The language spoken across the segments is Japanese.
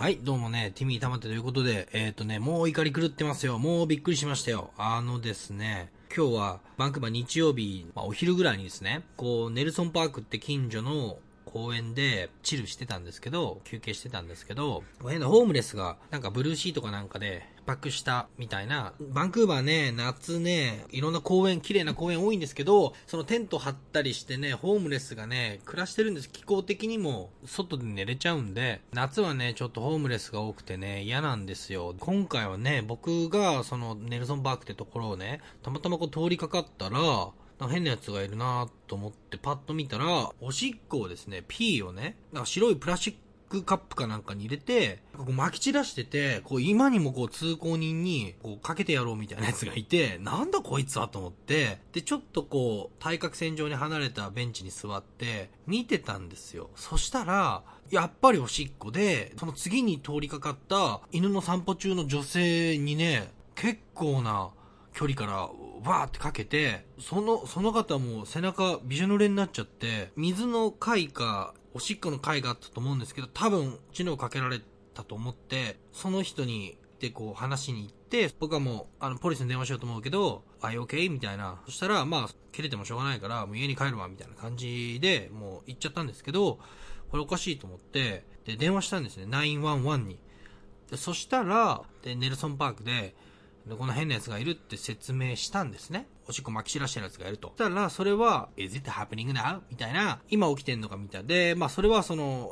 はい、どうもね、ティミーたまってということで、もう怒り狂ってますよ。もうびっくりしましたよ。ですね、今日はバンクーバー日曜日、お昼ぐらいにですね、ネルソンパークって近所の公園でチルしてたんですけど、休憩してたんですけど、変なホームレスがなんかブルーシートかなんかでパックしたみたいな。バンクーバーね、夏ね、いろんな公園、綺麗な公園多いんですけど、そのテント張ったりしてね、ホームレスがね、暮らしてるんです。気候的にも外で寝れちゃうんで、夏はね、ちょっとホームレスが多くてね、嫌なんですよ。今回はね、僕がそのネルソンパークってところをね、たまたま通りかかったら、変なやつがいるなと思ってパッと見たら、おしっこをですね、ピーをね、なんか白いプラスチックカップかなんかに入れて、撒き散らしてて、今にも通行人にかけてやろうみたいなやつがいて、なんだこいつはと思って、で、ちょっと対角線上に離れたベンチに座って、見てたんですよ。そしたら、やっぱりおしっこで、その次に通りかかった犬の散歩中の女性にね、結構な距離からわーってかけて、その方も背中びしょ濡れになっちゃって、水の貝かおしっこの貝があったと思うんですけど、多分血のをかけられたと思って、その人にで話に行って、僕はもうポリスに電話しようと思うけど、あいオッケーみたいな。そしたら切れてもしょうがないからもう家に帰るわみたいな感じでもう行っちゃったんですけど、これおかしいと思って、で電話したんですね、911に。でそしたらネルソンパークでこの変なやつがいるって説明したんですね。おしっこ撒き散らしてるやつがいると。そしたら、それは、Is it happening now? みたいな、今起きてんのかみたいで、それは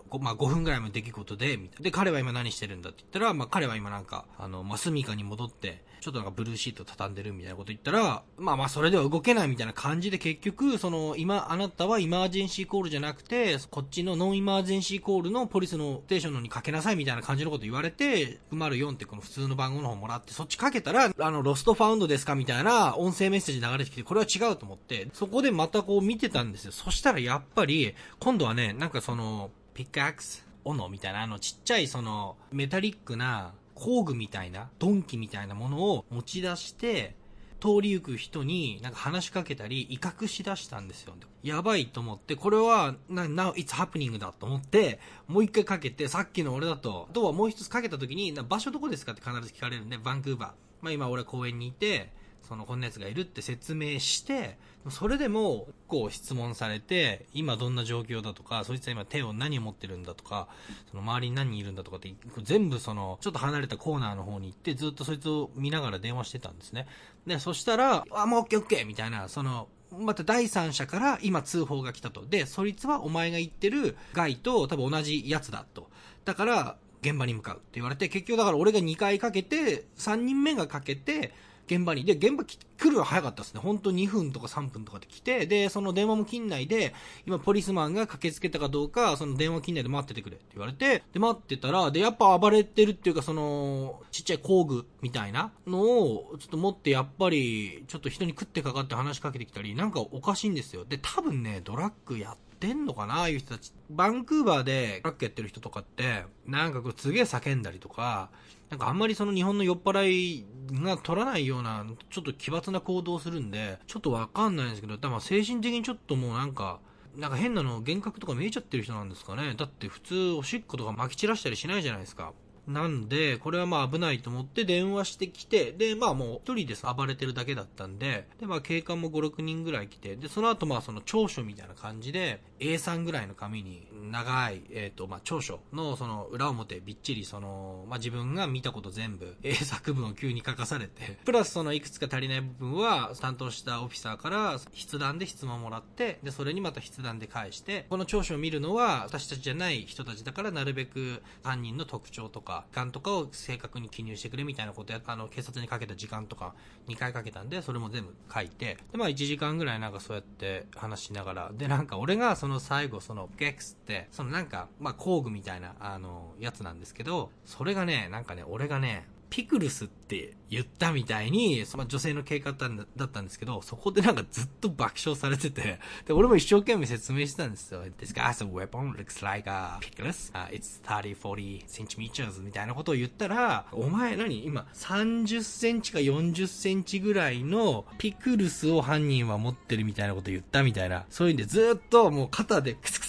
5分ぐらいの出来事で、みたいな。で、彼は今何してるんだって言ったら、彼は今なんか、住処に戻って、ちょっとなんかブルーシート畳んでるみたいなこと言ったら、それでは動けないみたいな感じで結局、あなたはイマージェンシーコールじゃなくて、こっちのノンイマージェンシーコールのポリスのステーションのにかけなさいみたいな感じのこと言われて、904ってこの普通の番号の方もらって、そっちかけたら、ロストファウンドですかみたいな音声メッセージ流れてきて、これは違うと思って、そこでまた見てたんですよ。そしたらやっぱり、今度はね、なんかピックアクス、斧みたいな、ちっちゃいメタリックな工具みたいな、鈍器みたいなものを持ち出して、通り行く人になんか話しかけたり、威嚇しだしたんですよ。やばいと思って、これは、now it's happening だと思って、もう一回かけて、さっきの俺だと、あとはもう一つかけた時に、場所どこですかって必ず聞かれるんで、バンクーバー。今俺公園にいて、こんなやつがいるって説明して、それでも、質問されて、今どんな状況だとか、そいつは今手を何を持ってるんだとか、周りに何人いるんだとかって、全部ちょっと離れたコーナーの方に行って、ずっとそいつを見ながら電話してたんですね。で、そしたら、もうオッケーオッケーみたいな、また第三者から今通報が来たと。で、そいつはお前が言ってるガイと多分同じやつだと。だから、現場に向かうって言われて、結局だから俺が2回かけて、3人目がかけて、現場に。で、現場来るの早かったですね。ほんと2分とか3分とかで来て、で、その電話も切んないで、今ポリスマンが駆けつけたかどうか、その電話切んないで待っててくれって言われて、で、待ってたら、で、やっぱ暴れてるっていうか、ちっちゃい工具みたいなのを、ちょっと持ってやっぱり、ちょっと人に食ってかかって話しかけてきたり、なんかおかしいんですよ。で、多分ね、ドラッグやってんのかな、ああいう人たち。バンクーバーでドラッグやってる人とかって、なんかすげえ叫んだりとか、なんかあんまり日本の酔っ払いが取らないような、ちょっと奇抜な行動をするんで、ちょっとわかんないんですけど、多分精神的にちょっともうなんか変なの幻覚とか見えちゃってる人なんですかね。だって普通おしっことか撒き散らしたりしないじゃないですか。なんで、これは危ないと思って電話してきて、で、もう一人で暴れてるだけだったんで、で、警官も5、6人ぐらい来て、で、その後調書みたいな感じで、A3 ぐらいの紙に、長い、調書の裏表びっちり自分が見たこと全部、英作文を急に書かされて、プラスいくつか足りない部分は、担当したオフィサーから筆談で質問をもらって、で、それにまた筆談で返して、この調書を見るのは、私たちじゃない人たちだから、なるべく犯人の特徴とか、時間とかを正確に記入してくれみたいなことや、警察にかけた時間とか2回かけたんで、それも全部書いて、で、1時間ぐらいなんかそうやって話しながら、で、なんか俺が最後ゲックスって、なんか、工具みたいな、やつなんですけど、それがね、なんかね、俺がね、ピクルスって言ったみたいに、女性の警官だったんですけど、そこでなんかずっと爆笑されてて、で、俺も一生懸命説明してたんですよ。This guy's weapon looks like a pickles. It's 30, 40 centimeters みたいなことを言ったら、お前何今30センチか40センチぐらいのピクルスを犯人は持ってるみたいなことを言ったみたいな、そういうんでずっともう肩でクスクス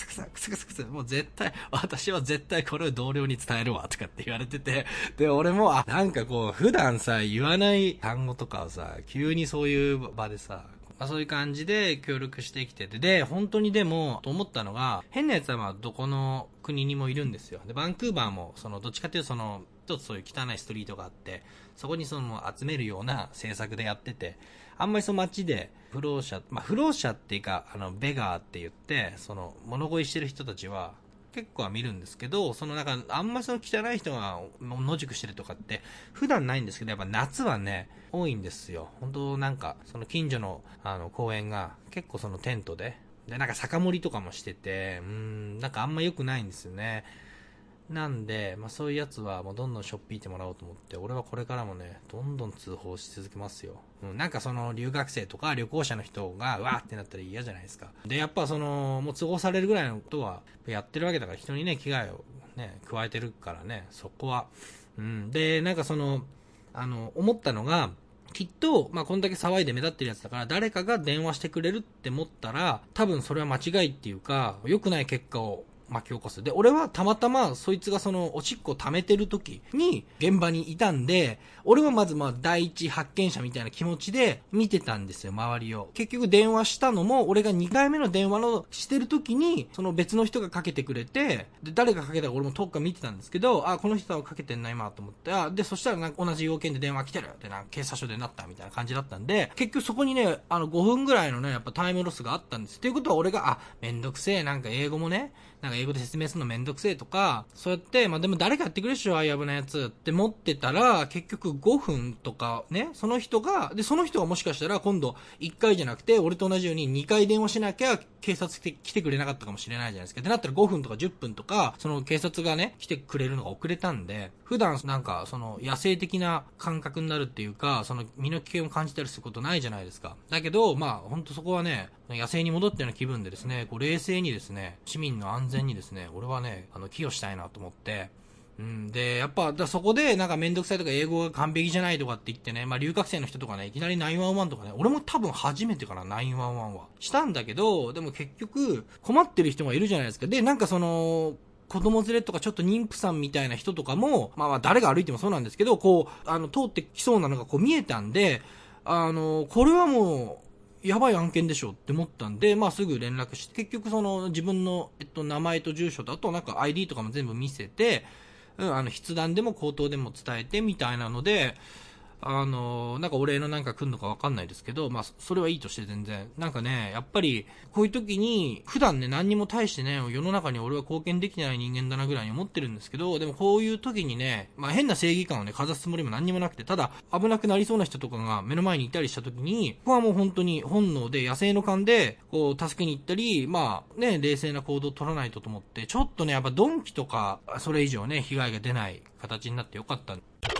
クス、もう絶対、私は絶対これを同僚に伝えるわ、とかって言われてて、で、俺も、なんかこう、普段さ、言わない単語とかをさ、急にそういう場でさ、そういう感じで協力してきてて、で、本当にでも、と思ったのが、変なやつはまあ、どこの国にもいるんですよ。で、バンクーバーも、どっちかっていうと一つそういう汚いストリートがあって、そこに集めるような政策でやってて、あんまり街で不老者っていうか、ベガーって言って、物乞いしてる人たちは、結構は見るんですけど、なんか、あんま汚い人が野宿してるとかって、普段ないんですけど、やっぱ夏はね、多いんですよ。本当なんか、近所の、公園が、結構テントで、なんか酒盛りとかもしてて、なんかあんま良くないんですよね。なんで、そういうやつはもうどんどんしょっぴいてもらおうと思って、俺はこれからもね、どんどん通報し続けますよ。なんか留学生とか旅行者の人が、わーってなったら嫌じゃないですか。で、やっぱもう通報されるぐらいのことはやってるわけだから、人にね、危害をね、加えてるからね、そこは。で、なんか思ったのが、きっと、こんだけ騒いで目立ってるやつだから、誰かが電話してくれるって思ったら、多分それは間違いっていうか、良くない結果を巻き起こす。で、俺はたまたまそいつがおしっこを溜めてる時に現場にいたんで、俺はまず第一発見者みたいな気持ちで見てたんですよ、周りを。結局電話したのも、俺が2回目の電話のしてる時に、別の人がかけてくれて、で、誰がかけたか俺も遠くから見てたんですけど、この人はかけてんな今と思って、で、そしたらなんか同じ要件で電話来てるって警察署でなったみたいな感じだったんで、結局そこにね、5分ぐらいのね、やっぱタイムロスがあったんです。ということは俺が、めんどくせえ、なんか英語もね、なんか英語で説明するのめんどくせえとか、そうやって、でも誰かやってくれるでしょ、ああいう危ないやつって持ってたら、結局5分とかね、その人がもしかしたら今度1回じゃなくて、俺と同じように2回電話しなきゃ警察来てくれなかったかもしれないじゃないですか。ってなったら5分とか10分とか、警察がね、来てくれるのが遅れたんで、普段なんか野生的な感覚になるっていうか、身の危険を感じたりすることないじゃないですか。だけど、ほんとそこはね、野生に戻ったような気分でですね、冷静にですね、市民の安全にですね、俺はね、寄与したいなと思って、で、やっぱ、そこで、なんかめんどくさいとか英語が完璧じゃないとかって言ってね、留学生の人とかね、いきなり911とかね、俺も多分初めてかな、911は。したんだけど、でも結局、困ってる人がいるじゃないですか。で、なんか子供連れとかちょっと妊婦さんみたいな人とかも、誰が歩いてもそうなんですけど、通ってきそうなのが見えたんで、これはもう、やばい案件でしょって思ったんで、すぐ連絡して、結局自分の、名前と住所と、あとなんか ID とかも全部見せて、筆談でも口頭でも伝えてみたいなので、なんかお礼のなんか来るのかわかんないですけど、それはいいとして全然。なんかね、やっぱり、こういう時に、普段ね、何にも対してね、世の中に俺は貢献できてない人間だなぐらいに思ってるんですけど、でもこういう時にね、変な正義感をね、かざすつもりも何にもなくて、ただ、危なくなりそうな人とかが目の前にいたりした時に、ここはもう本当に本能で、野生の勘で、助けに行ったり、冷静な行動を取らないとと思って、ちょっとね、やっぱドンキとか、それ以上ね、被害が出ない形になってよかった。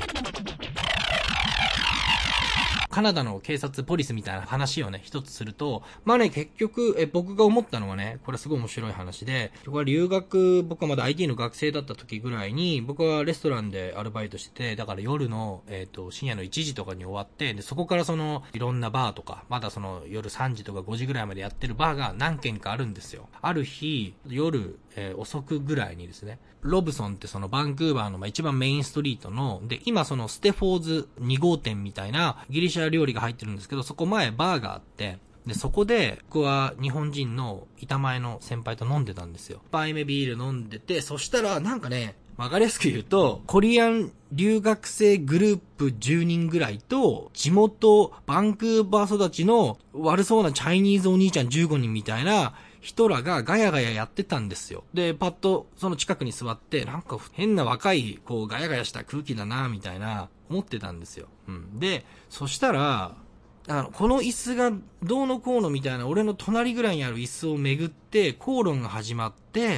カナダの警察ポリスみたいな話をね、一つすると、結局、僕が思ったのはね、これすごい面白い話で、僕は僕はまだ IT の学生だった時ぐらいに、僕はレストランでアルバイトしてて、だから夜の、深夜の1時とかに終わって、で、そこからいろんなバーとか、まだ夜3時とか5時ぐらいまでやってるバーが何軒かあるんですよ。ある日、夜、遅くぐらいにですね、ロブソンってバンクーバーの一番メインストリートの、で、今ステフォーズ2号店みたいなギリシャ料理が入ってるんですけど、そこ前バーがあって、で、そこで僕は日本人の板前の先輩と飲んでたんですよ。一杯目ビール飲んでて、そしたらなんかね、わかりやすく言うと、コリアン留学生グループ10人ぐらいと、地元バンクーバー育ちの悪そうなチャイニーズお兄ちゃん15人みたいな、人らがガヤガヤやってたんですよ。で、パッとその近くに座って、なんか変な若い、ガヤガヤした空気だな、みたいな、思ってたんですよ。で、そしたら、この椅子がどうのこうのみたいな、俺の隣ぐらいにある椅子をめぐって、口論が始まって、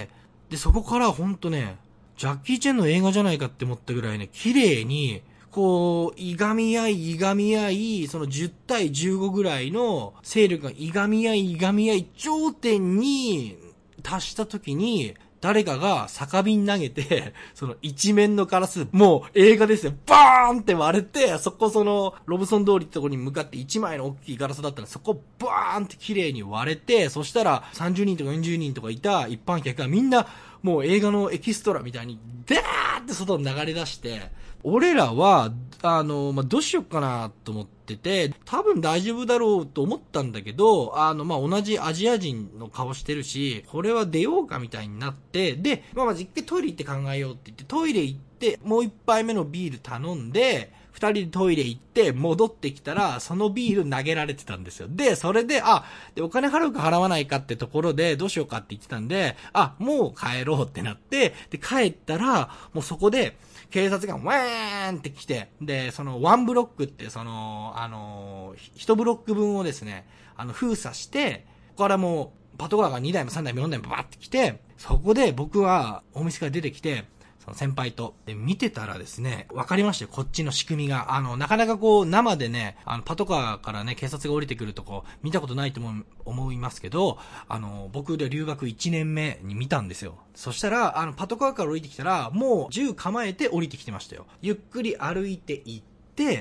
で、そこからほんとね、ジャッキー・チェンの映画じゃないかって思ったぐらいね、綺麗に、いがみ合い、10対15ぐらいの勢力がいがみ合い、頂点に達した時に、 誰かが酒瓶投げて、その一面のガラス、もう映画ですよ。バーンって割れて、その、ロブソン通りってとこに向かって1枚の大きいガラスだったら、そこバーンって綺麗に割れて、そしたら30人とか40人とかいた一般客がみんな、もう映画のエキストラみたいに、ダーって外に流れ出して、俺らは、どうしよっかなと思ってて、多分大丈夫だろうと思ったんだけど、同じアジア人の顔してるし、これは出ようかみたいになって、で、まず一回トイレ行って考えようって言って、トイレ行って、もう一杯目のビール頼んで、二人でトイレ行って戻ってきたら、そのビール投げられてたんですよ。で、それで、お金払うか払わないかってところで、どうしようかって言ってたんで、もう帰ろうってなって、で、帰ったら、もうそこで、警察がウェーンって来て、で、そのワンブロックって、一ブロック分をですね、封鎖して、ここからもう、パトカーが2台も3台も4台もバーって来て、そこで僕はお店から出てきて、その先輩と。で、見てたらですね、わかりましたよ、こっちの仕組みが。なかなかこう、生でね、パトカーからね、警察が降りてくるとこ、見たことないと思いますけど、僕で留学1年目に見たんですよ。そしたら、パトカーから降りてきたら、もう銃構えて降りてきてましたよ。ゆっくり歩いて行って、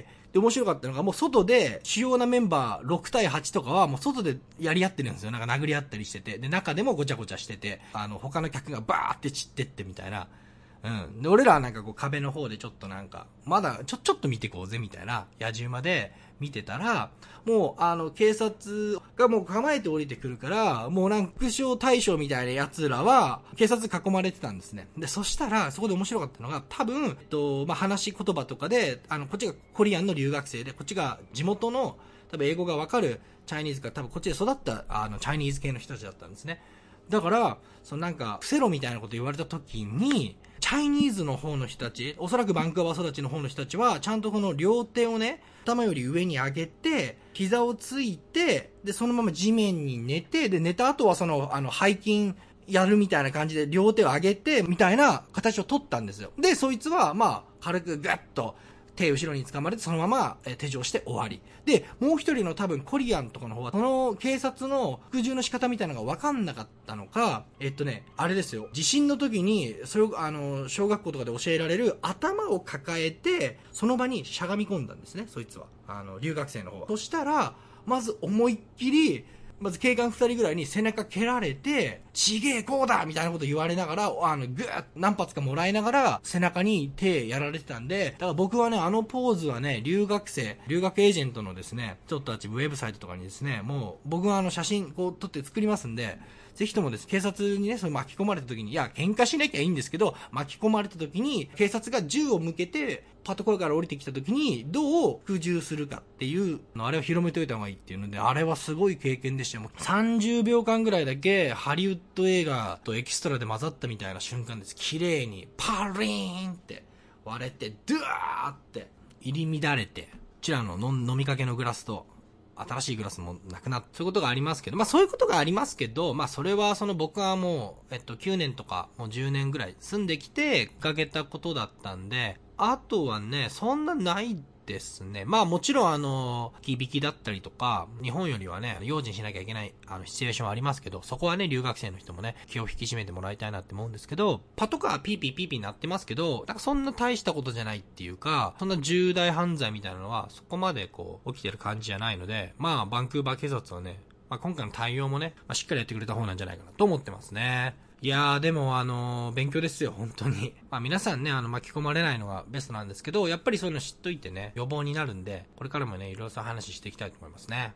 で、面白かったのが、もう外で、主要なメンバー6対8とかは、もう外でやり合ってるんですよ。なんか殴り合ったりしてて。で、中でもごちゃごちゃしてて、他の客がバーって散ってってみたいな。で、俺らはなんかこう壁の方でちょっとなんか、まだちょっと見てこうぜみたいな、野獣馬で見てたら、もう警察がもう構えて降りてくるから、もうなんか副将大将みたいな奴らは、警察囲まれてたんですね。で、そしたら、そこで面白かったのが、多分、話し言葉とかで、こっちがコリアンの留学生で、こっちが地元の、多分英語がわかるチャイニーズか、多分こっちで育った、チャイニーズ系の人たちだったんですね。だから、なんか、伏せろみたいなこと言われた時に、チャイニーズの方の人たち、おそらくバンクーバー育ちの方の人たちは、ちゃんとこの両手をね、頭より上に上げて、膝をついて、で、そのまま地面に寝て、で、寝た後は背筋やるみたいな感じで、両手を上げて、みたいな形を取ったんですよ。で、そいつは、軽くガッと、手後ろに掴まれてそのまま手錠して終わり。で、もう一人の多分コリアンとかの方は、その警察の服従の仕方みたいなのが分かんなかったのか、あれですよ。地震の時に、それを小学校とかで教えられる頭を抱えて、その場にしゃがみ込んだんですね、そいつは。留学生の方は。そしたら、まず思いっきり、まず警官2人ぐらいに背中蹴られて、ちげえこうだみたいなこと言われながら、ぐーっ何発かもらいながら、背中に手やられてたんで、だから僕はね、ポーズはね、留学エージェントのですね、ちょっとウェブサイトとかにですね、もう、僕は写真こう撮って作りますんで、ぜひともです、警察にね、それ巻き込まれた時に、いや、喧嘩しなきゃいいんですけど、巻き込まれた時に、警察が銃を向けて、パトカーから降りてきた時に、どう服従するかっていうの、あれを広めておいた方がいいっていうので、あれはすごい経験でしたよ。もう30秒間ぐらいだけ、ハリウッド映画とエキストラで混ざったみたいな瞬間です。綺麗に、パリーンって割れて、ドゥーって入り乱れて、こちらの飲みかけのグラスと、新しいグラスもなくなって、そういうことがありますけど、そういうことがありますけど、それは僕はもう、9年とか、もう10年ぐらい住んできて、かけたことだったんで、あとはね、そんなないですね。もちろん気引きだったりとか、日本よりはね、用心しなきゃいけない、シチュエーションはありますけど、そこはね、留学生の人もね、気を引き締めてもらいたいなって思うんですけど、パトカーピーピーピーピーなってますけど、なんかそんな大したことじゃないっていうか、そんな重大犯罪みたいなのは、そこまで起きてる感じじゃないので、バンクーバー警察はね、今回の対応もね、しっかりやってくれた方なんじゃないかなと思ってますね。いやーでも勉強ですよ、本当に。皆さんね、巻き込まれないのがベストなんですけど、やっぱりそういうの知っといてね、予防になるんで、これからもね、いろいろ話していきたいと思いますね。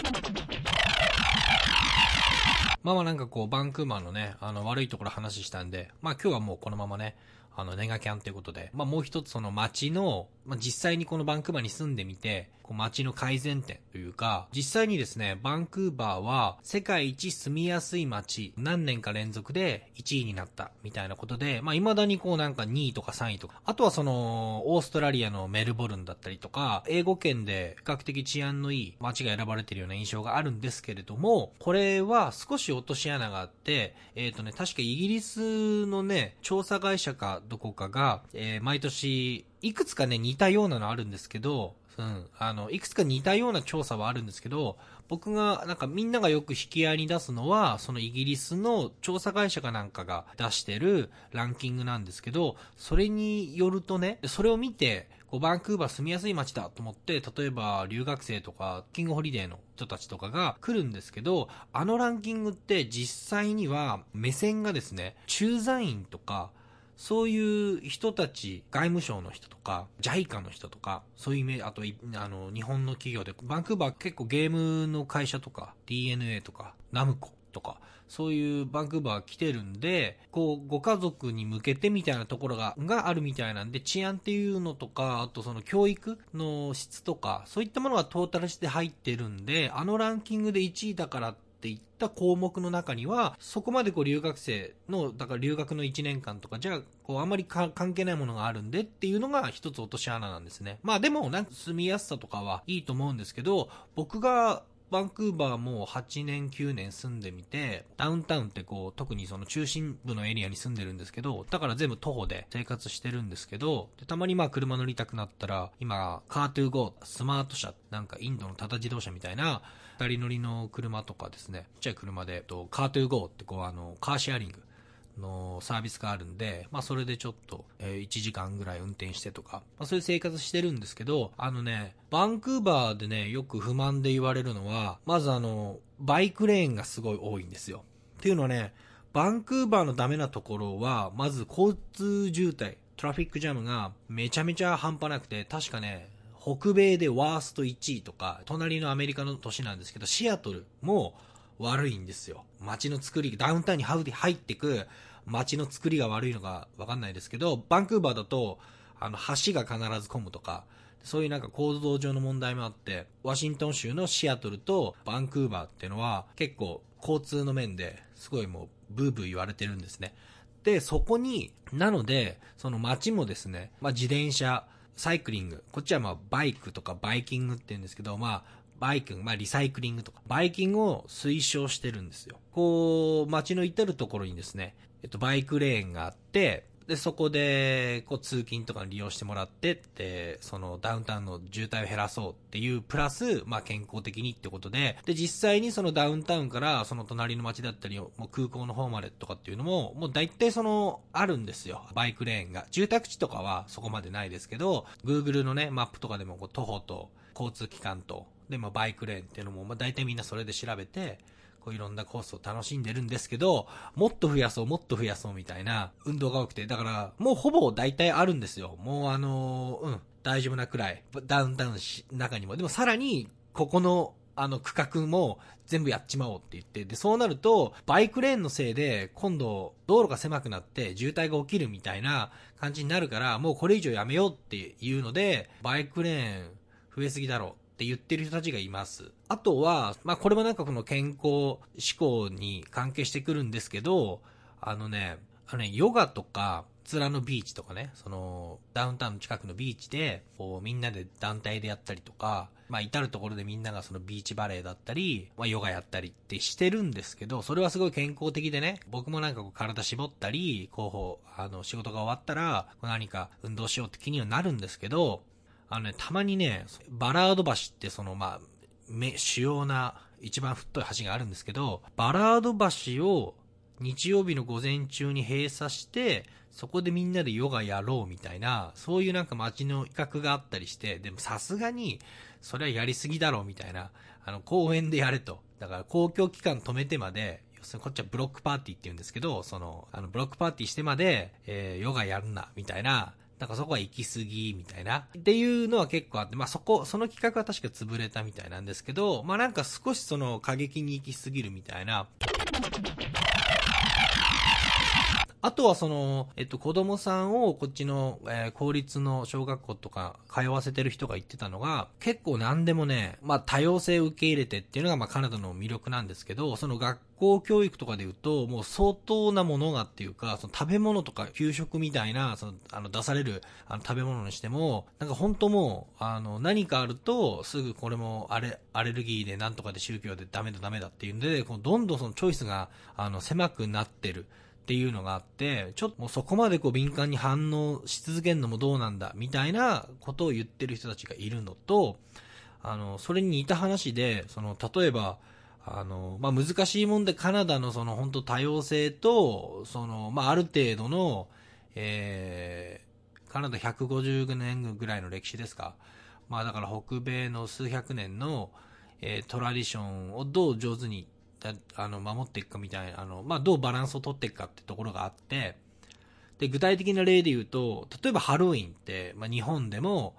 なんかバンクーバーのね、悪いところ話したんで、今日はもうこのままね、ネガキャンということで、もう一つ街の、実際にこのバンクーバーに住んでみて、街の改善点というか、実際にですね、バンクーバーは世界一住みやすい街、何年か連続で1位になったみたいなことで、未だになんか2位とか3位とか、あとはオーストラリアのメルボルンだったりとか、英語圏で比較的治安のいい街が選ばれているような印象があるんですけれども、これは少し落とし穴があって、確かイギリスのね、調査会社かどこかが、毎年、いくつかね、似たようなのあるんですけど、 いくつか似たような調査はあるんですけど、僕が、なんかみんながよく引き合いに出すのは、そのイギリスの調査会社かなんかが出してるランキングなんですけど、それによるとね、それを見て、バンクーバー住みやすい街だと思って、例えば留学生とか、キングホリデーの人たちとかが来るんですけど、あのランキングって実際には目線がですね、駐在員とか、そういう人たち、外務省の人とか、JICA の人とか、そういうイメージ、あと、日本の企業で、バンクーバー結構ゲームの会社とか、DNA とか、ナムコとか、そういうバンクーバー来てるんで、ご家族に向けてみたいなところがあるみたいなんで、治安っていうのとか、あとその教育の質とか、そういったものがトータルして入ってるんで、あのランキングで1位だからっていった項目の中には、そこまで留学生の、だから留学の1年間とか、じゃあ、あんまり関係ないものがあるんでっていうのが一つ落とし穴なんですね。まあでも、住みやすさとかはいいと思うんですけど、僕が、バンクーバーも8年9年住んでみて、ダウンタウンって特にその中心部のエリアに住んでるんですけど、だから全部徒歩で生活してるんですけど、たまに車乗りたくなったら、今、カートゥーゴー、スマート車、なんかインドのタタ自動車みたいな、二人乗りの車とかですね、ちっちゃい車で、カートゥーゴーってカーシェアリングのサービスがあるんで、まあそれでちょっと、1時間ぐらい運転してとか、まあそういう生活してるんですけど、バンクーバーでね、よく不満で言われるのは、まずバイクレーンがすごい多いんですよ。っていうのはね、バンクーバーのダメなところは、まず交通渋滞、トラフィックジャムがめちゃめちゃ半端なくて、確かね、北米でワースト1位とか、隣のアメリカの都市なんですけど、シアトルも悪いんですよ。街の作り、ダウンタウンに入ってく街の作りが悪いのかわかんないですけど、バンクーバーだと、橋が必ず混むとか、そういうなんか構造上の問題もあって、ワシントン州のシアトルとバンクーバーっていうのは結構交通の面ですごいもうブーブー言われてるんですね。で、そこに、なので、その街もですね、まあ自転車、サイクリング、こっちはまあバイクとかバイキングって言うんですけど、まあバイク、まあリサイクリングとか、バイキングを推奨してるんですよ。街の至るところにですね、バイクレーンがあって、で、そこで、通勤とかに利用してもらって、で、そのダウンタウンの渋滞を減らそうっていう、プラス、まあ健康的にってことで、で、実際にそのダウンタウンから、その隣の街だったり、もう空港の方までとかっていうのも、もう大体あるんですよ。バイクレーンが。住宅地とかはそこまでないですけど、Google のね、マップとかでも徒歩と交通機関と、で、まあバイクレーンっていうのも、まあ大体みんなそれで調べて、いろんなコースを楽しんでるんですけど、もっと増やそうみたいな運動が多くて、だからもうほぼ大体あるんですよ。もう大丈夫なくらいダウンタウン中にも。でもさらにここの区画も全部やっちまおうって言って、でそうなるとバイクレーンのせいで今度道路が狭くなって渋滞が起きるみたいな感じになるから、もうこれ以上やめようっていうので、バイクレーン増えすぎだろうって言ってる人たちがいます。あとは、まあこれもなんかこの健康志向に関係してくるんですけど、ヨガとか、面のビーチとかね、その、ダウンタウンの近くのビーチで、みんなで団体でやったりとか、まあ至るところでみんながそのビーチバレーだったり、まあヨガやったりってしてるんですけど、それはすごい健康的でね、僕もなんか体絞ったり、仕事が終わったら、何か運動しようって気にはなるんですけど、たまにね、バラード橋って主要な一番太い橋があるんですけど、バラード橋を日曜日の午前中に閉鎖して、そこでみんなでヨガやろうみたいな、そういうなんか街の企画があったりして、でもさすがに、それはやりすぎだろうみたいな、公園でやれと。だから公共機関止めてまで、要するにこっちはブロックパーティーって言うんですけど、ブロックパーティーしてまで、ヨガやるな、みたいな、なんかそこは行き過ぎみたいなっていうのは結構あって、まあその企画は確か潰れたみたいなんですけど、まあなんか少し過激に行き過ぎるみたいな。あとは子供さんをこっちの、公立の小学校とか通わせてる人が言ってたのが、結構何でもね、まあ多様性を受け入れてっていうのがまあカナダの魅力なんですけど、その学校教育とかで言うと、もう相当なものがっていうか、その食べ物とか給食みたいな、出される食べ物にしても、なんか本当もう、何かあると、すぐこれもアレルギーでなんとかで宗教でダメだっていうんで、どんどんそのチョイスが、狭くなってる。っっていうのがあって、ちょっともうそこまでこう敏感に反応し続けるのもどうなんだ、みたいなことを言ってる人たちがいるのと、それに似た話で、例えば、難しいもんでカナダの本当多様性と、ある程度の、カナダ150年ぐらいの歴史ですか。だから北米の数百年の、トラディションをどう上手に、守っていくかみたいな、どうバランスを取っていくかってところがあって、で、具体的な例で言うと、例えばハロウィンって、日本でも、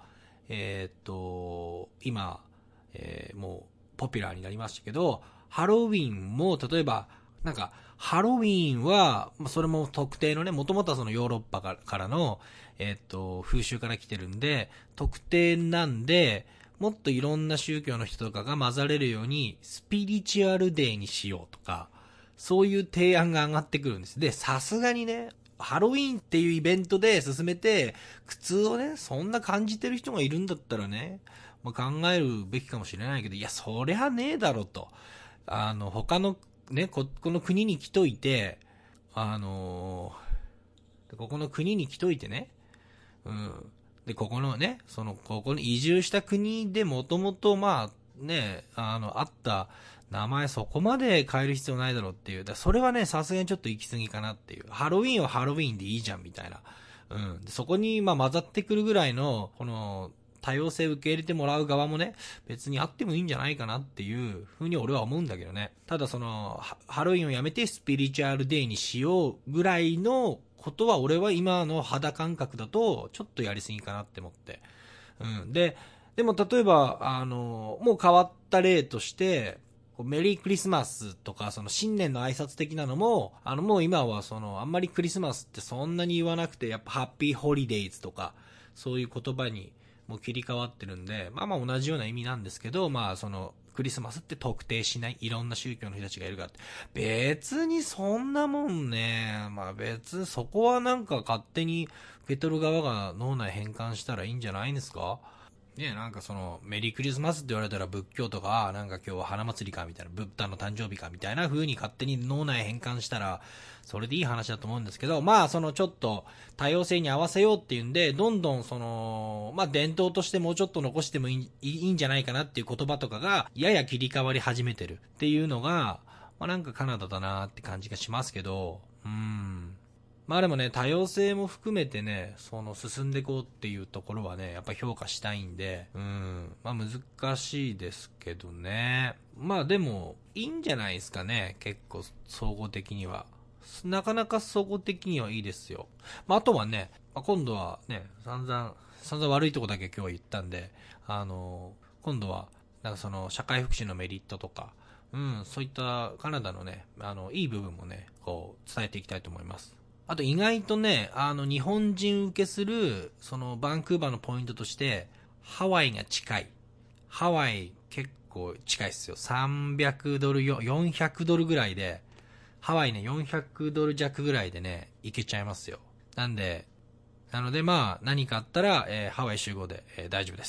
今、もう、ポピュラーになりましたけど、ハロウィンも、例えば、ハロウィンは、それも特定のね、もともとはそのヨーロッパからの、風習から来てるんで、特定なんで、もっといろんな宗教の人とかが混ざれるように、スピリチュアルデーにしようとか、そういう提案が上がってくるんです。で、さすがにね、ハロウィンっていうイベントで進めて、苦痛をね、そんな感じてる人がいるんだったらね、考えるべきかもしれないけど、いや、そりゃねえだろと。他のね、この国に来といて、ここの国に来といてね、で、ここのね、ここに移住した国でもともと、あった名前そこまで変える必要ないだろうっていう。それはね、さすがにちょっと行き過ぎかなっていう。ハロウィンはハロウィンでいいじゃんみたいな。そこに、混ざってくるぐらいの、この、多様性を受け入れてもらう側もね、別にあってもいいんじゃないかなっていうふうに俺は思うんだけどね。ただハロウィンをやめてスピリチュアルデーにしようぐらいのことは俺は今の肌感覚だとちょっとやりすぎかなって思って。でも例えば、もう変わった例として、メリークリスマスとか、新年の挨拶的なのも、もう今はあんまりクリスマスってそんなに言わなくて、やっぱハッピーホリデイズとか、そういう言葉にもう切り替わってるんで、同じような意味なんですけど、クリスマスって特定しないいろんな宗教の人たちがいるからって。別にそんなもんね、別にそこは勝手に受け取る側が脳内変換したらいいんじゃないんですかね。メリークリスマスって言われたら仏教とか、今日は花祭りかみたいな、ブッダの誕生日かみたいな風に勝手に脳内変換したら、それでいい話だと思うんですけど、ちょっと多様性に合わせようっていうんで、どんどん伝統としてもうちょっと残してもいいんじゃないかなっていう言葉とかが、やや切り替わり始めてるっていうのが、カナダだなって感じがしますけど、でもね、多様性も含めてね、進んでいこうっていうところはね、やっぱ評価したいんで、難しいですけどね。でも、いいんじゃないですかね、結構、総合的には。なかなか総合的にはいいですよ。あとはね、今度はね、散々悪いとこだけ今日は言ったんで、今度は、社会福祉のメリットとか、そういったカナダのね、いい部分もね、伝えていきたいと思います。あと意外とね、日本人受けする、バンクーバーのポイントとして、ハワイが近い。ハワイ結構近いっすよ。300ドル、400ドルぐらいで、ハワイね、400ドル弱ぐらいでね、行けちゃいますよ。なので何かあったら、ハワイ集合で、大丈夫です。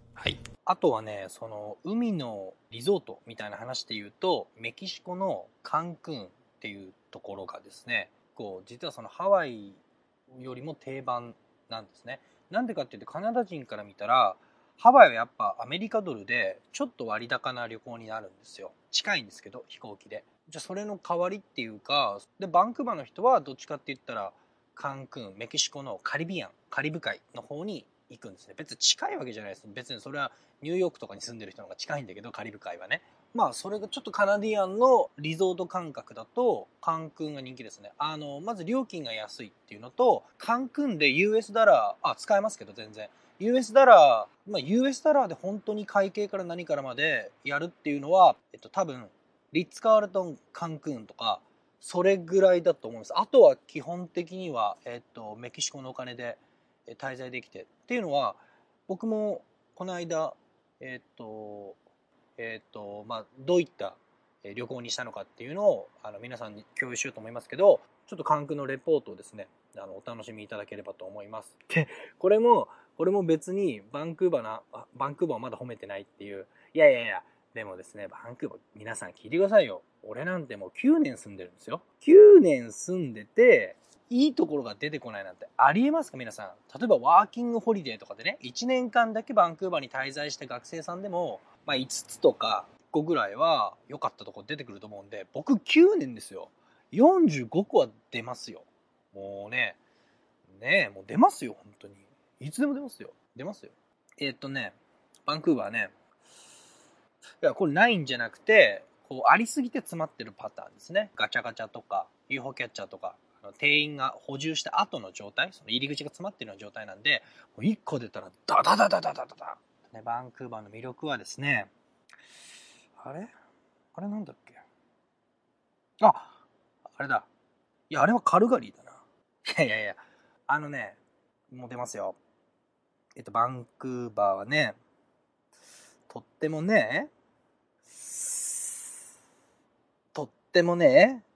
はい。あとはね、海のリゾートみたいな話で言うと、メキシコのカンクンっていうところがですね、実はハワイよりも定番なんですね。なんでかっていうと、カナダ人から見たらハワイはやっぱアメリカドルでちょっと割高な旅行になるんですよ。近いんですけど、飛行機で。じゃあそれの代わりっていうか、でバンクーバーの人はどっちかって言ったらカンクン、メキシコのカリブ海の方に行くんですね。別に近いわけじゃないです。別にそれはニューヨークとかに住んでる人の方が近いんだけど、カリブ海はね。それがちょっとカナディアンのリゾート感覚だと、カンクンが人気ですね。まず料金が安いっていうのと、カンクンで US ダラー、使えますけど全然。US ダラー、US ダラーで本当に会計から何からまでやるっていうのは、多分、リッツ・カールトン、カンクンとか、それぐらいだと思います。あとは基本的には、メキシコのお金で滞在できて。っていうのは、僕もこの間、どういった旅行にしたのかっていうのを皆さんに共有しようと思いますけど、ちょっと関空のレポートをですね、お楽しみいただければと思います。で、これも別にバンクーバーをまだ褒めてないっていう、いや、でもですね、バンクーバー皆さん聞いてくださいよ。 俺なんてもう9年住んでるんですよ。9年住んでて、いいところが出てこないなんてありえますか皆さん。例えばワーキングホリデーとかでね、1年間だけバンクーバーに滞在した学生さんでも、まあ5つとか1個ぐらいは良かったところ出てくると思うんで、僕9年ですよ。45個は出ますよ。もうね、もう出ますよ、本当に。いつでも出ますよ。出ますよ。バンクーバーね、いや、これないんじゃなくて、こう、ありすぎて詰まってるパターンですね。ガチャガチャとか、UFO キャッチャーとか、店員が補充した後の状態、その入り口が詰まってるような状態なんで、もう1個出たら、ダダダダダダダダ。ね、バンクーバーの魅力はですね、あれなんだっけ、あ、あれだ。いや、あれはカルガリーだな。いや、もう出ますよ。バンクーバーはね、とってもね、